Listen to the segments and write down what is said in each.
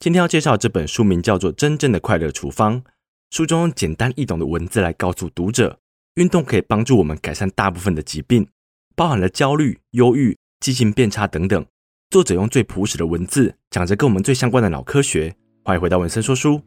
今天要介绍的这本书名叫做《真正的快乐处方》，书中用简单易懂的文字来告诉读者，运动可以帮助我们改善大部分的疾病，包含了焦虑、忧郁、记性变差等等。作者用最朴实的文字讲着跟我们最相关的脑科学。欢迎回到文森说书。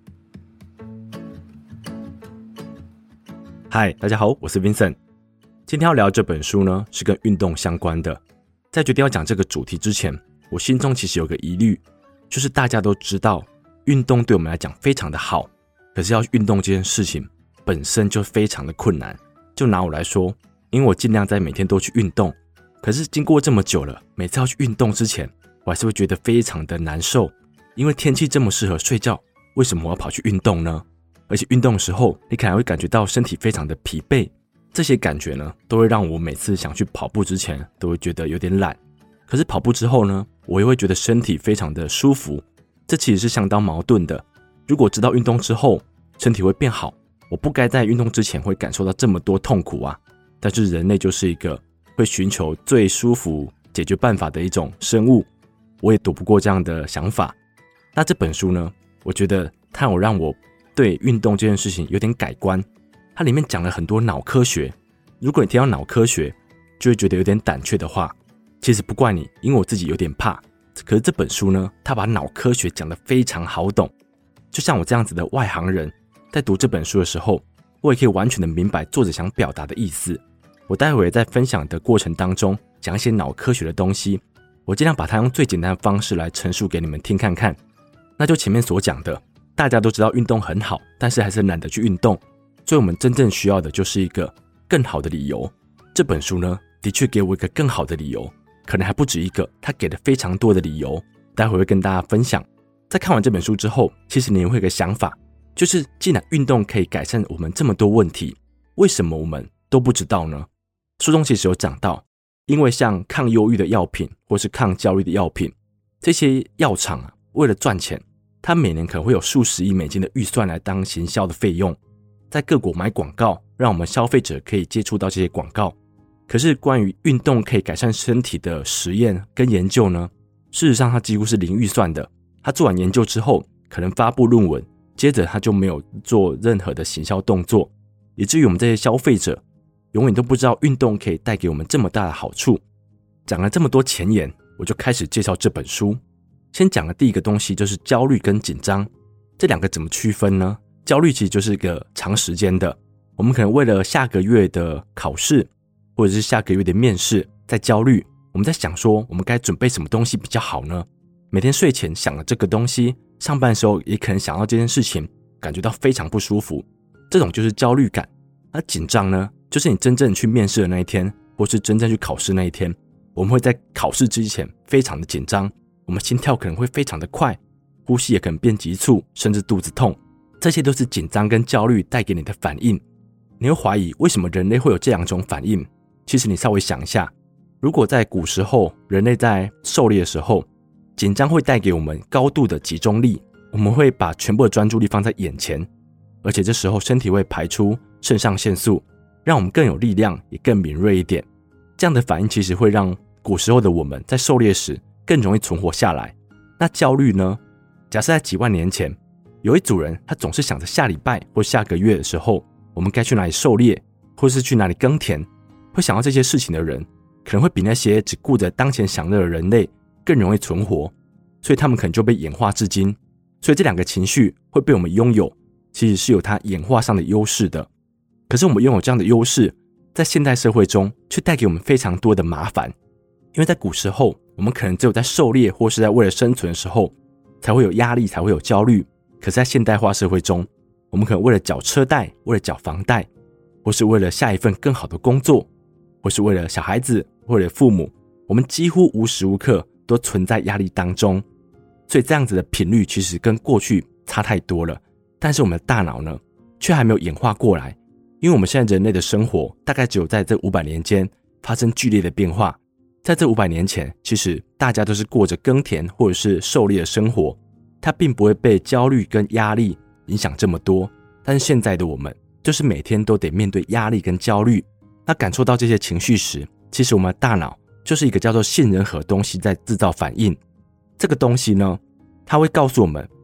嗨，大家好，我是 Vincent。今天要聊这本书呢，是跟运动相关的。在决定要讲这个主题之前，我心中其实有个疑虑，就是大家都知道运动对我们来讲非常的好，可是要运动这件事情本身就非常的困难。就拿我来说，因为我尽量在每天都去运动，可是经过这么久了，每次要去运动之前，我还是会觉得非常的难受。因为天气这么适合睡觉，为什么我要跑去运动呢？而且运动的时候，你可能会感觉到身体非常的疲惫，这些感觉呢，都会让我每次想去跑步之前，都会觉得有点懒。可是跑步之后呢，我也会觉得身体非常的舒服，这其实是相当矛盾的。如果知道运动之后身体会变好，我不该在运动之前会感受到这么多痛苦啊。但是人类就是一个会寻求最舒服解决办法的一种生物，我也躲不过这样的想法。那这本书呢，我觉得它有让我对运动这件事情有点改观。它里面讲了很多脑科学，如果你听到脑科学就会觉得有点胆怯的话，其实不怪你，因为我自己有点怕。可是这本书呢，它把脑科学讲得非常好懂，就像我这样子的外行人，在读这本书的时候，我也可以完全的明白作者想表达的意思。我待会在分享的过程当中讲一些脑科学的东西，我尽量把它用最简单的方式来陈述给你们听看看。那就前面所讲的，大家都知道运动很好，但是还是懒得去运动，所以我们真正需要的就是一个更好的理由。这本书呢，的确给我一个更好的理由，可能还不止一个，它给了非常多的理由，待会会跟大家分享。在看完这本书之后，其实你会有个想法，就是既然运动可以改善我们这么多问题，为什么我们都不知道呢？书中其实有讲到，因为像抗忧郁的药品或是抗焦虑的药品，这些药厂啊，为了赚钱，它每年可能会有数十亿美金的预算来当行销的费用，在各国买广告，让我们消费者可以接触到这些广告。可是关于运动可以改善身体的实验跟研究呢，事实上它几乎是零预算的。他做完研究之后，可能发布论文，接着他就没有做任何的行销动作，以至于我们这些消费者永远都不知道运动可以带给我们这么大的好处。讲了这么多前言，我就开始介绍这本书。先讲的第一个东西就是焦虑跟紧张，这两个怎么区分呢？焦虑其实就是一个长时间的，我们可能为了下个月的考试或者是下个月的面试在焦虑，我们在想说我们该准备什么东西比较好呢？每天睡前想了这个东西，上班的时候也可能想到这件事情，感觉到非常不舒服，这种就是焦虑感。而紧张呢，就是你真正去面试的那一天，或是真正去考试那一天，我们会在考试之前非常的紧张，我们心跳可能会非常的快，呼吸也可能变急促，甚至肚子痛，这些都是紧张跟焦虑带给你的反应。你会怀疑为什么人类会有这两种反应？其实你稍微想一下，如果在古时候人类在狩猎的时候，紧张会带给我们高度的集中力，我们会把全部的专注力放在眼前，而且这时候身体会排出肾上腺素，让我们更有力量，也更敏锐一点。这样的反应其实会让古时候的我们在狩猎时更容易存活下来。那焦虑呢？假设在几万年前，有一组人他总是想着下礼拜或下个月的时候，我们该去哪里狩猎，或是去哪里耕田，会想到这些事情的人，可能会比那些只顾着当前享乐的人类更容易存活，所以他们可能就被演化至今。所以这两个情绪会被我们拥有，其实是有它演化上的优势的。可是我们拥有这样的优势，在现代社会中却带给我们非常多的麻烦。因为在古时候，我们可能只有在狩猎或是在为了生存的时候才会有压力，才会有焦虑。可是在现代化社会中，我们可能为了缴车贷，为了缴房贷，或是为了下一份更好的工作，或是为了小孩子，为了父母，我们几乎无时无刻都存在压力当中。所以这样子的频率其实跟过去差太多了。但是我们的大脑呢，却还没有演化过来，因为我们现在人类的生活大概只有在这500年间发生剧烈的变化。在这500年前，其实大家都是过着耕田或者是狩猎的生活，它并不会被焦虑跟压力影响这么多。但是现在的我们就是每天都得面对压力跟焦虑，那感受到这些情绪时，其实我们的大脑就是一个叫做杏仁核东西在制造反应。这个东西呢，它会告诉我们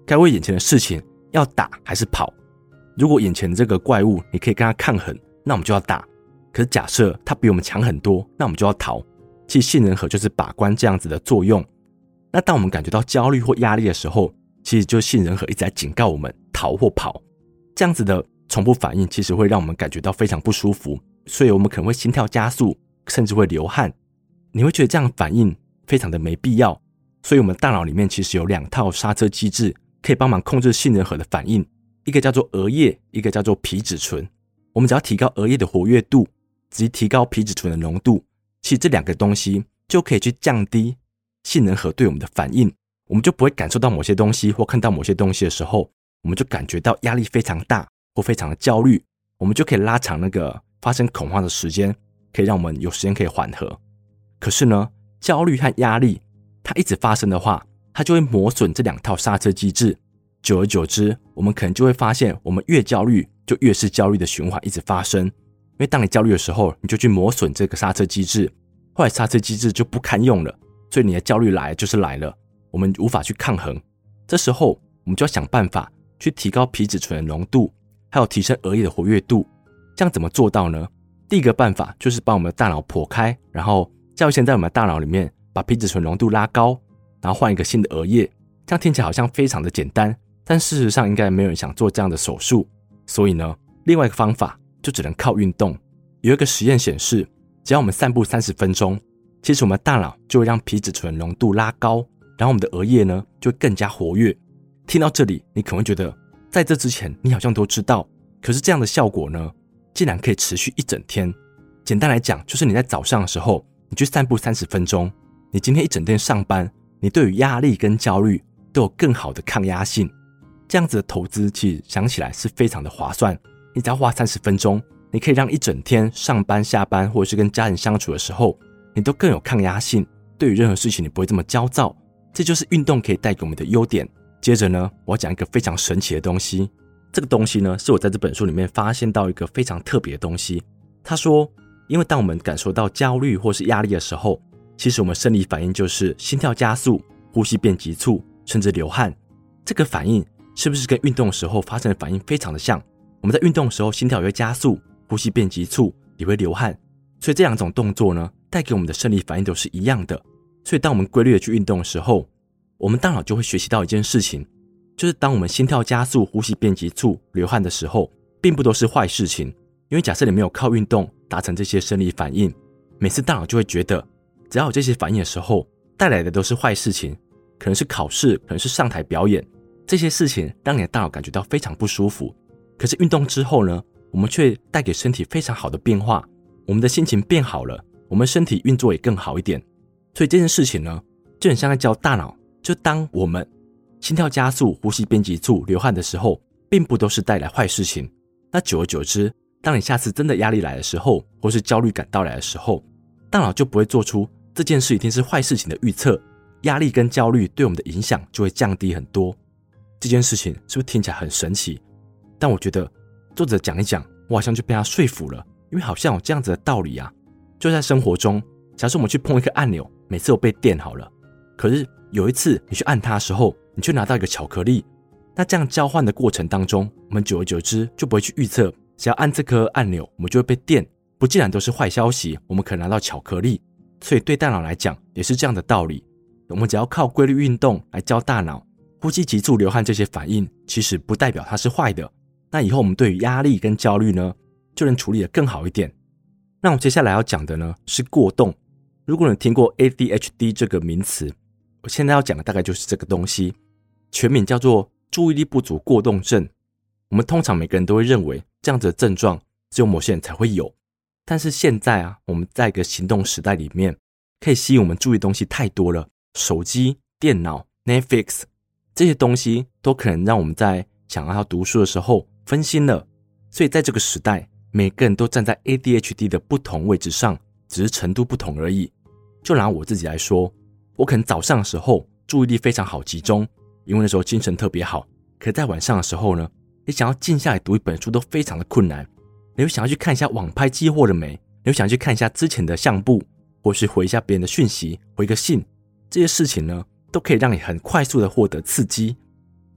该为眼前的事情要打还是跑。如果眼前的这个怪物你可以跟他抗衡，那我们就要打。可是假设他比我们强很多，那我们就要逃。其实杏仁核就是把关这样子的作用。那当我们感觉到焦虑或压力的时候，其实就是杏仁核一直在警告我们逃或跑。这样子的重复反应其实会让我们感觉到非常不舒服，所以我们可能会心跳加速，甚至会流汗。你会觉得这样反应非常的没必要，所以我们大脑里面其实有2套刹车机制可以帮忙控制杏仁核的反应，一个叫做额叶，一个叫做皮质醇。我们只要提高额叶的活跃度及提高皮质醇的浓度，其实这2个东西就可以去降低杏仁核对我们的反应。我们就不会感受到某些东西或看到某些东西的时候，我们就感觉到压力非常大或非常的焦虑，我们就可以拉长那个发生恐慌的时间，可以让我们有时间可以缓和。可是呢，焦虑和压力它一直发生的话，它就会磨损这2套刹车机制。久而久之，我们可能就会发现，我们越焦虑就越是焦虑的循环一直发生。因为当你焦虑的时候，你就去磨损这个刹车机制，后来刹车机制就不堪用了，所以你的焦虑来就是来了，我们无法去抗衡。这时候我们就要想办法去提高皮质醇的浓度，还有提升额叶的活跃度。这样怎么做到呢？第一个办法就是把我们的大脑剖开，然后再先在我们的大脑里面把皮质醇浓度拉高，然后换一个新的额叶。这样听起来好像非常的简单，但事实上应该没有人想做这样的手术。所以呢，另外一个方法就只能靠运动。有一个实验显示，只要我们散步30分钟，其实我们的大脑就会让皮质醇浓度拉高，然后我们的额叶呢就会更加活跃。听到这里，你可能会觉得在这之前你好像都知道，可是这样的效果呢竟然可以持续1整天。简单来讲，就是你在早上的时候你去散步30分钟，你今天一整天上班，你对于压力跟焦虑都有更好的抗压性。这样子的投资其实想起来是非常的划算。你只要花30分钟，你可以让一整天上班下班或者是跟家人相处的时候，你都更有抗压性，对于任何事情你不会这么焦躁。这就是运动可以带给我们的优点。接着呢，我要讲一个非常神奇的东西。这个东西呢，是我在这本书里面发现到一个非常特别的东西。他说，因为当我们感受到焦虑或是压力的时候，其实我们生理反应就是心跳加速、呼吸变急促，甚至流汗。这个反应是不是跟运动的时候发生的反应非常的像？我们在运动的时候心跳也会加速，呼吸变急促，也会流汗。所以这2种动作呢，带给我们的生理反应都是一样的。所以当我们规律的去运动的时候，我们大脑就会学习到一件事情，就是当我们心跳加速、呼吸变急促、流汗的时候，并不都是坏事情。因为假设你没有靠运动达成这些生理反应，每次大脑就会觉得只要有这些反应的时候，带来的都是坏事情，可能是考试，可能是上台表演，这些事情让你的大脑感觉到非常不舒服。可是运动之后呢，我们却带给身体非常好的变化，我们的心情变好了，我们身体运作也更好一点。所以这件事情呢，就很像在教大脑，就当我们心跳加速、呼吸变急促、流汗的时候，并不都是带来坏事情。那久而久之，当你下次真的压力来的时候，或是焦虑感到来的时候，大脑就不会做出这件事一定是坏事情的预测，压力跟焦虑对我们的影响就会降低很多。这件事情是不是听起来很神奇？但我觉得作者讲一讲，我好像就被他说服了，因为好像有这样子的道理啊。就在生活中，假设我们去碰一个按钮，每次都被电好了，可是有一次你去按它的时候，你却拿到一个巧克力。那这样交换的过程当中，我们久而久之就不会去预测，只要按这颗按钮我们就会被电，不既然都是坏消息，我们可能拿到巧克力。所以对大脑来讲也是这样的道理，我们只要靠规律运动来教大脑，呼吸急促、流汗这些反应其实不代表它是坏的。那以后我们对于压力跟焦虑呢，就能处理得更好一点。那我接下来要讲的呢是过动。如果你听过 ADHD 这个名词，我现在要讲的大概就是这个东西，全名叫做注意力不足过动症。我们通常每个人都会认为这样子的症状只有某些人才会有，但是现在啊，我们在一个行动时代里面，可以吸引我们注意的东西太多了，手机、电脑、Netflix 这些东西都可能让我们在想要读书的时候分心了。所以在这个时代，每个人都站在 ADHD 的不同位置上，只是程度不同而已。就拿我自己来说，我可能早上的时候注意力非常好集中，因为那时候精神特别好。可是在晚上的时候呢，你想要静下来读一本书都非常的困难。你会想要去看一下网拍寄货了没，你会想要去看一下之前的相簿，或是回一下别人的讯息，回个信。这些事情呢，都可以让你很快速的获得刺激。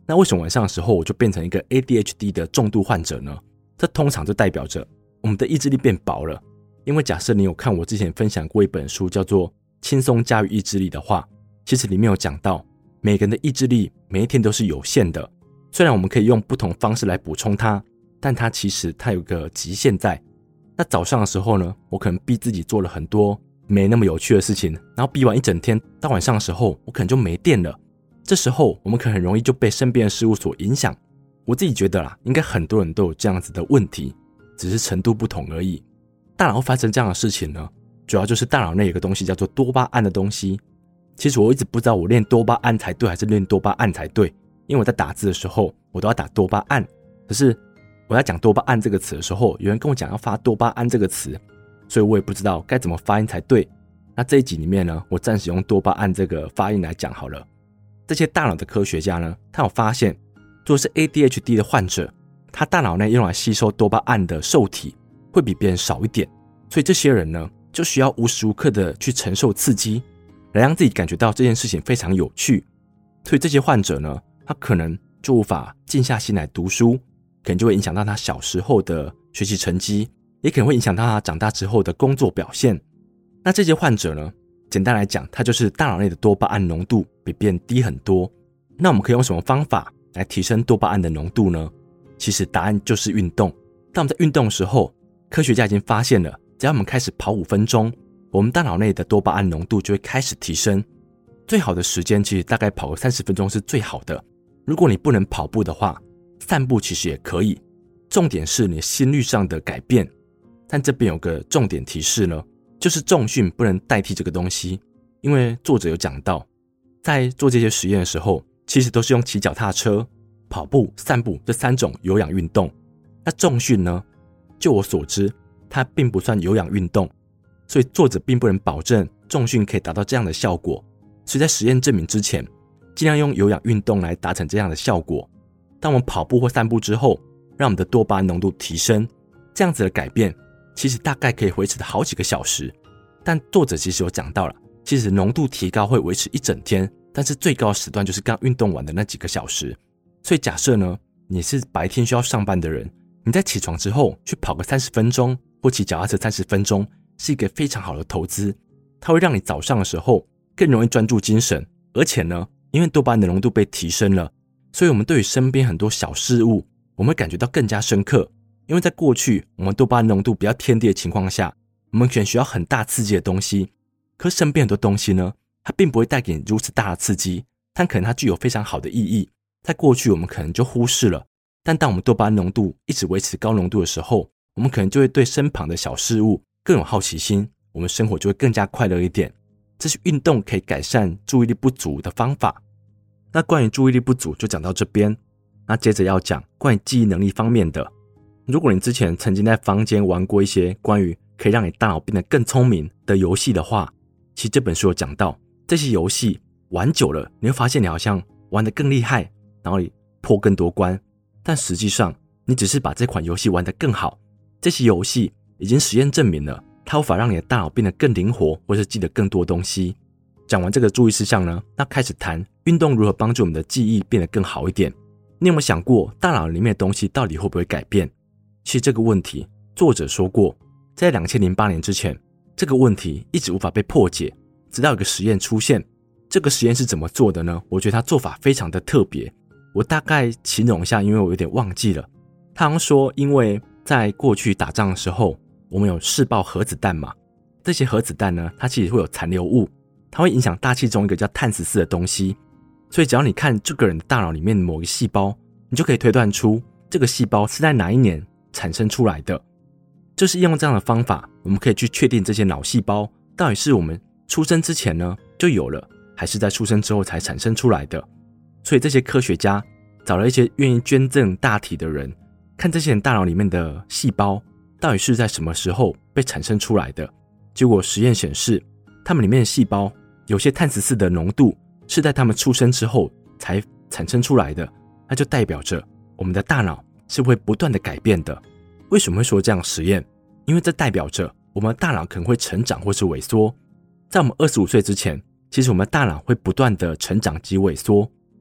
那为什么晚上的时候我就变成一个 ADHD 的重度患者呢？这通常就代表着我们的意志力变薄了。因为假设你有看我之前分享过一本书叫做《轻松驾驭意志力》的话，其实里面有讲到每个人的意志力每一天都是有限的，虽然我们可以用不同方式来补充它，但它其实有个极限在。那早上的时候呢，我可能逼自己做了很多没那么有趣的事情，然后逼完一整天，到晚上的时候我可能就没电了。这时候我们可能很容易就被身边的事物所影响。我自己觉得啦，应该很多人都有这样子的问题，只是程度不同而已。大脑会发生这样的事情呢，主要就是大脑内有个东西叫做多巴胺的东西。其实我一直不知道我练多巴胺才对还是练多巴胺才对，因为我在打字的时候我都要打多巴胺，可是我在讲多巴胺这个词的时候，有人跟我讲要发多巴胺这个词，所以我也不知道该怎么发音才对。那这一集里面呢，我暂时用多巴胺这个发音来讲好了。这些大脑的科学家呢，他有发现，如果是 ADHD 的患者，他大脑内用来吸收多巴胺的受体会比别人少一点，所以这些人呢，就需要无时无刻的去承受刺激，来让自己感觉到这件事情非常有趣。所以这些患者呢，他可能就无法静下心来读书，可能就会影响到他小时候的学习成绩，也可能会影响到他长大之后的工作表现。那这些患者呢，简单来讲，他就是大脑内的多巴胺浓度比别人低很多。那我们可以用什么方法来提升多巴胺的浓度呢？其实答案就是运动。当我们在运动的时候，科学家已经发现了，只要我们开始跑5分钟，我们大脑内的多巴胺浓度就会开始提升。最好的时间其实大概跑个30分钟是最好的。如果你不能跑步的话，散步其实也可以。重点是你心率上的改变。但这边有个重点提示呢，就是重训不能代替这个东西。因为作者有讲到，在做这些实验的时候，其实都是用骑脚踏车、跑步、散步这3种有氧运动。那重训呢，就我所知，它并不算有氧运动，所以作者并不能保证重训可以达到这样的效果。所以在实验证明之前，尽量用有氧运动来达成这样的效果。当我们跑步或散步之后，让我们的多巴胺浓度提升，这样子的改变其实大概可以维持好几个小时。但作者其实有讲到了，其实浓度提高会维持一整天，但是最高时段就是刚运动完的那几个小时。所以假设呢，你是白天需要上班的人，你在起床之后去跑个30分钟或骑脚踏车30分钟，是一个非常好的投资。它会让你早上的时候更容易专注精神，而且呢，因为多巴胺的浓度被提升了，所以我们对于身边很多小事物，我们会感觉到更加深刻。因为在过去我们多巴胺浓度比较偏低的情况下，我们可能需要很大刺激的东西，可是身边很多东西呢，它并不会带给你如此大的刺激，但可能它具有非常好的意义，在过去我们可能就忽视了。但当我们多巴胺浓度一直维持高浓度的时候，我们可能就会对身旁的小事物更有好奇心，我们生活就会更加快乐一点。这是运动可以改善注意力不足的方法。那关于注意力不足就讲到这边，那接着要讲关于记忆能力方面的。如果你之前曾经在坊间玩过一些关于可以让你大脑变得更聪明的游戏的话，其实这本书有讲到，这些游戏玩久了，你会发现你好像玩得更厉害，然后你破更多关，但实际上你只是把这款游戏玩得更好。这些游戏已经实验证明了，它无法让你的大脑变得更灵活，或是记得更多东西。讲完这个注意事项呢，那开始谈运动如何帮助我们的记忆变得更好一点。你有没有想过，大脑里面的东西到底会不会改变？其实这个问题，作者说过，在2008年之前，这个问题一直无法被破解，直到有个实验出现。这个实验是怎么做的呢？我觉得他做法非常的特别，我大概形容一下，因为我有点忘记了。他好像说，因为在过去打仗的时候，我们有试爆核子弹嘛，这些核子弹呢，它其实会有残留物，它会影响大气中一个叫碳14的东西，所以只要你看这个人的大脑里面的某个细胞，你就可以推断出这个细胞是在哪一年产生出来的。就是用这样的方法，我们可以去确定这些脑细胞到底是我们出生之前呢就有了，还是在出生之后才产生出来的。所以这些科学家找了一些愿意捐赠大体的人，看这些人大脑里面的细胞到底是在什么时候被产生出来的。结果实验显示，他们里面的细胞有些碳14的浓度是在他们出生之后才产生出来的，那就代表着我们的大脑是会不断的改变的。为什么会说这样实验？因为这代表着我们的大脑可能会成长或是萎缩。在我们25岁之前，其实我们的大脑会不断的成长及萎缩，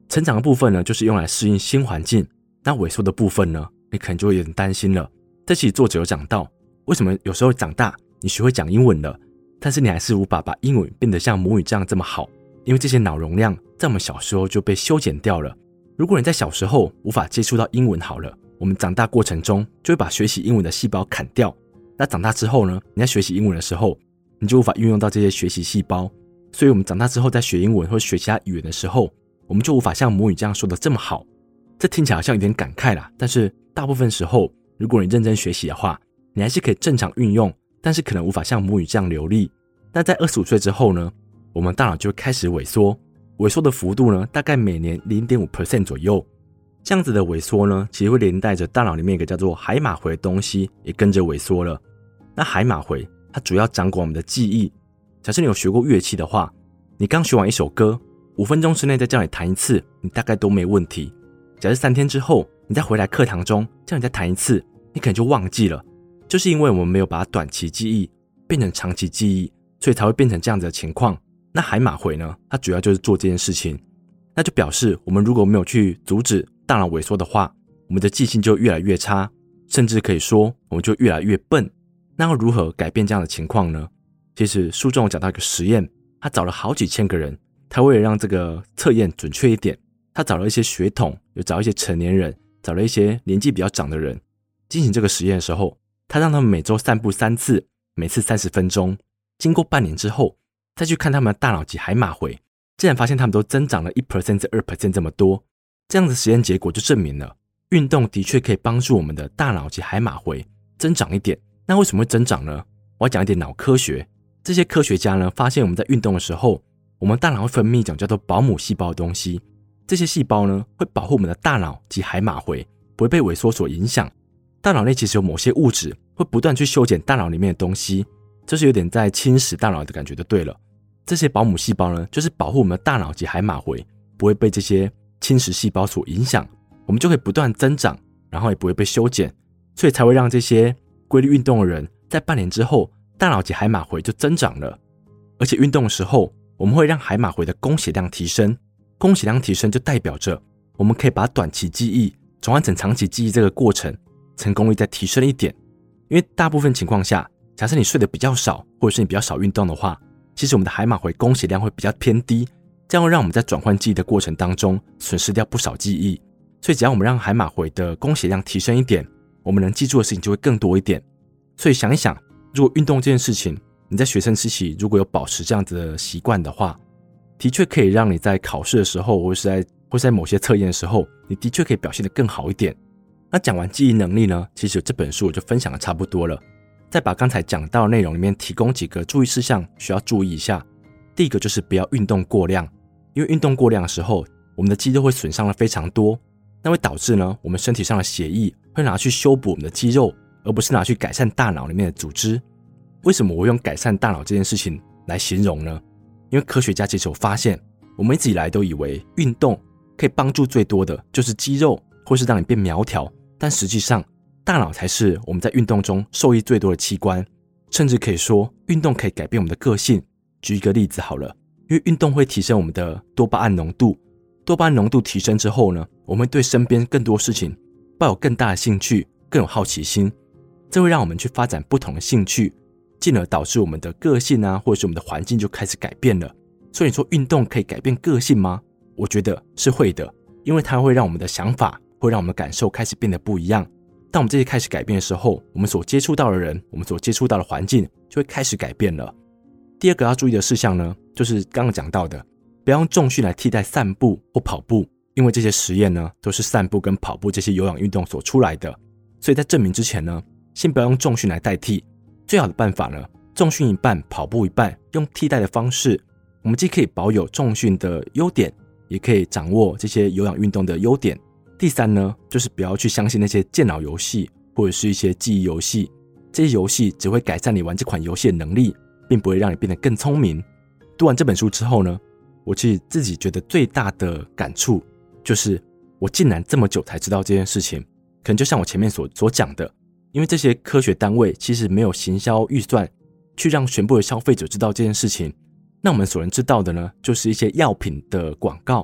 成长的部分呢，就是用来适应新环境。那萎缩的部分呢，你可能就会有点担心了。这期作者有讲到，为什么有时候长大你学会讲英文了，但是你还是无法把英文变得像母语这样这么好，因为这些脑容量在我们小时候就被修剪掉了。如果你在小时候无法接触到英文好了，我们长大过程中就会把学习英文的细胞砍掉。那长大之后呢，你在学习英文的时候，你就无法运用到这些学习细胞，所以我们长大之后在学英文或学其他语言的时候，我们就无法像母语这样说的这么好。这听起来好像有点感慨啦，但是大部分时候如果你认真学习的话，你还是可以正常运用，但是可能无法像母语这样流利。但在25岁之后呢，我们大脑就会开始萎缩，萎缩的幅度呢，大概每年 0.5% 左右。这样子的萎缩呢，其实会连带着大脑里面一个叫做海马回的东西也跟着萎缩了。那海马回它主要掌管我们的记忆。假设你有学过乐器的话，你刚学完一首歌，5分钟之内再叫你弹一次，你大概都没问题。假设3天之后你再回来课堂中叫你再弹一次，你可能就忘记了。就是因为我们没有把短期记忆变成长期记忆，所以才会变成这样子的情况。那海马回呢，它主要就是做这件事情。那就表示我们如果没有去阻止大脑萎缩的话，我们的记性就越来越差，甚至可以说我们就越来越笨。那要如何改变这样的情况呢？其实书中有讲到一个实验，他找了好几千个人，他为了让这个测验准确一点，他找了一些血统，有找一些成年人，找了一些年纪比较长的人进行这个实验的时候，他让他们每周散步3次，每次30分钟。经过半年之后，再去看他们的大脑及海马回，竟然发现他们都增长了 1% 至 2% 这么多。这样的实验结果就证明了，运动的确可以帮助我们的大脑及海马回增长一点。那为什么会增长呢？我要讲一点脑科学。这些科学家呢，发现我们在运动的时候，我们大脑会分泌一种叫做保姆细胞的东西。这些细胞呢，会保护我们的大脑及海马回不会被萎缩所影响。大脑内其实有某些物质会不断去修剪大脑里面的东西，这是有点在侵蚀大脑的感觉就对了。这些保姆细胞呢，就是保护我们的大脑及海马回不会被这些侵蚀细胞所影响，我们就可以不断增长，然后也不会被修剪，所以才会让这些规律运动的人在半年之后，大脑及海马回就增长了。而且运动的时候，我们会让海马回的供血量提升，供血量提升就代表着我们可以把短期记忆转换成长期记忆，这个过程成功率再提升一点。因为大部分情况下，假设你睡得比较少，或者是你比较少运动的话，其实我们的海马回供血量会比较偏低，这样会让我们在转换记忆的过程当中损失掉不少记忆。所以只要我们让海马回的供血量提升一点，我们能记住的事情就会更多一点。所以想一想，如果运动这件事情，你在学生时期如果有保持这样子的习惯的话，的确可以让你在考试的时候，或是在某些测验的时候，你的确可以表现得更好一点。那讲完记忆能力呢，其实这本书我就分享的差不多了。再把刚才讲到的内容里面提供几个注意事项需要注意一下。第一个就是不要运动过量，因为运动过量的时候，我们的肌肉会损伤的非常多，那会导致呢，我们身体上的血液会拿去修补我们的肌肉，而不是拿去改善大脑里面的组织。为什么我用改善大脑这件事情来形容呢？因为科学家其实有发现，我们一直以来都以为运动可以帮助最多的就是肌肉，或是让你变苗条，但实际上大脑才是我们在运动中受益最多的器官，甚至可以说运动可以改变我们的个性。举一个例子好了，因为运动会提升我们的多巴胺浓度，多巴胺浓度提升之后呢，我们会对身边更多事情抱有更大的兴趣，更有好奇心，这会让我们去发展不同的兴趣，进而导致我们的个性啊，或者是我们的环境就开始改变了。所以你说运动可以改变个性吗？我觉得是会的，因为它会让我们的想法，会让我们的感受开始变得不一样。当我们这些开始改变的时候，我们所接触到的人，我们所接触到的环境就会开始改变了。第二个要注意的事项呢，就是刚刚讲到的，不要用重训来替代散步或跑步，因为这些实验呢，都是散步跟跑步这些有氧运动所出来的。所以在证明之前呢，先不要用重训来代替。最好的办法呢，重训一半，跑步一半，用替代的方式，我们既可以保有重训的优点，也可以掌握这些有氧运动的优点。第三呢，就是不要去相信那些健脑游戏或者是一些记忆游戏，这些游戏只会改善你玩这款游戏的能力，并不会让你变得更聪明。读完这本书之后呢，我其实自己觉得最大的感触就是我竟然这么久才知道这件事情。可能就像我前面所讲的，因为这些科学单位其实没有行销预算去让全部的消费者知道这件事情，那我们所能知道的呢，就是一些药品的广告，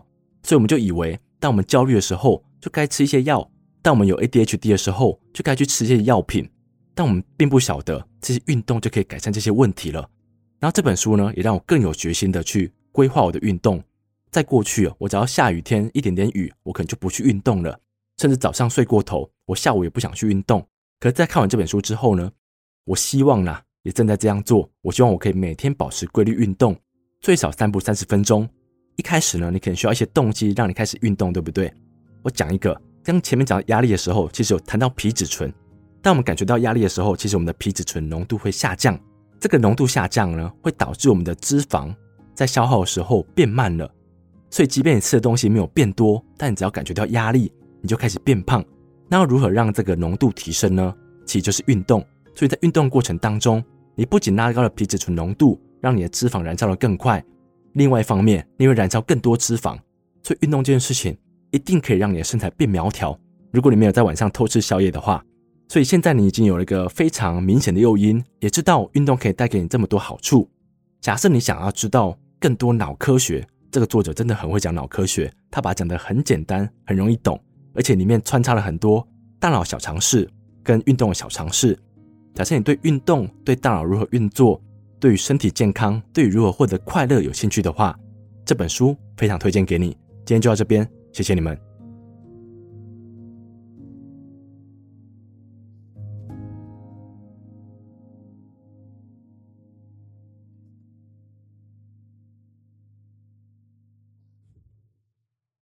所以我们就以为当我们焦虑的时候就该吃一些药，当我们有 ADHD 的时候就该去吃一些药品，但我们并不晓得这些运动就可以改善这些问题了。然后这本书呢，也让我更有决心的去规划我的运动。在过去我只要下雨天一点点雨，我可能就不去运动了，甚至早上睡过头，我下午也不想去运动。可是在看完这本书之后呢，我希望也正在这样做。我希望我可以每天保持规律运动，最少散步30分钟。一开始呢，你可能需要一些动机让你开始运动，对不对？我讲一个，刚前面讲到压力的时候，其实有谈到皮质醇。当我们感觉到压力的时候，其实我们的皮质醇浓度会下降。这个浓度下降呢，会导致我们的脂肪在消耗的时候变慢了。所以即便你吃的东西没有变多，但你只要感觉到压力，你就开始变胖。那要如何让这个浓度提升呢？其实就是运动。所以在运动过程当中，你不仅拉高了皮质醇浓度，让你的脂肪燃烧得更快，另外一方面你会燃烧更多脂肪。所以运动这件事情一定可以让你的身材变苗条，如果你没有在晚上偷吃宵夜的话。所以现在你已经有了一个非常明显的诱因，也知道运动可以带给你这么多好处。假设你想要知道更多脑科学，这个作者真的很会讲脑科学，他把它讲得很简单，很容易懂，而且里面穿插了很多大脑小常识跟运动的小常识。假设你对运动、对大脑如何运作、对于身体健康、对于如何获得快乐有兴趣的话，这本书非常推荐给你。今天就到这边，谢谢你们。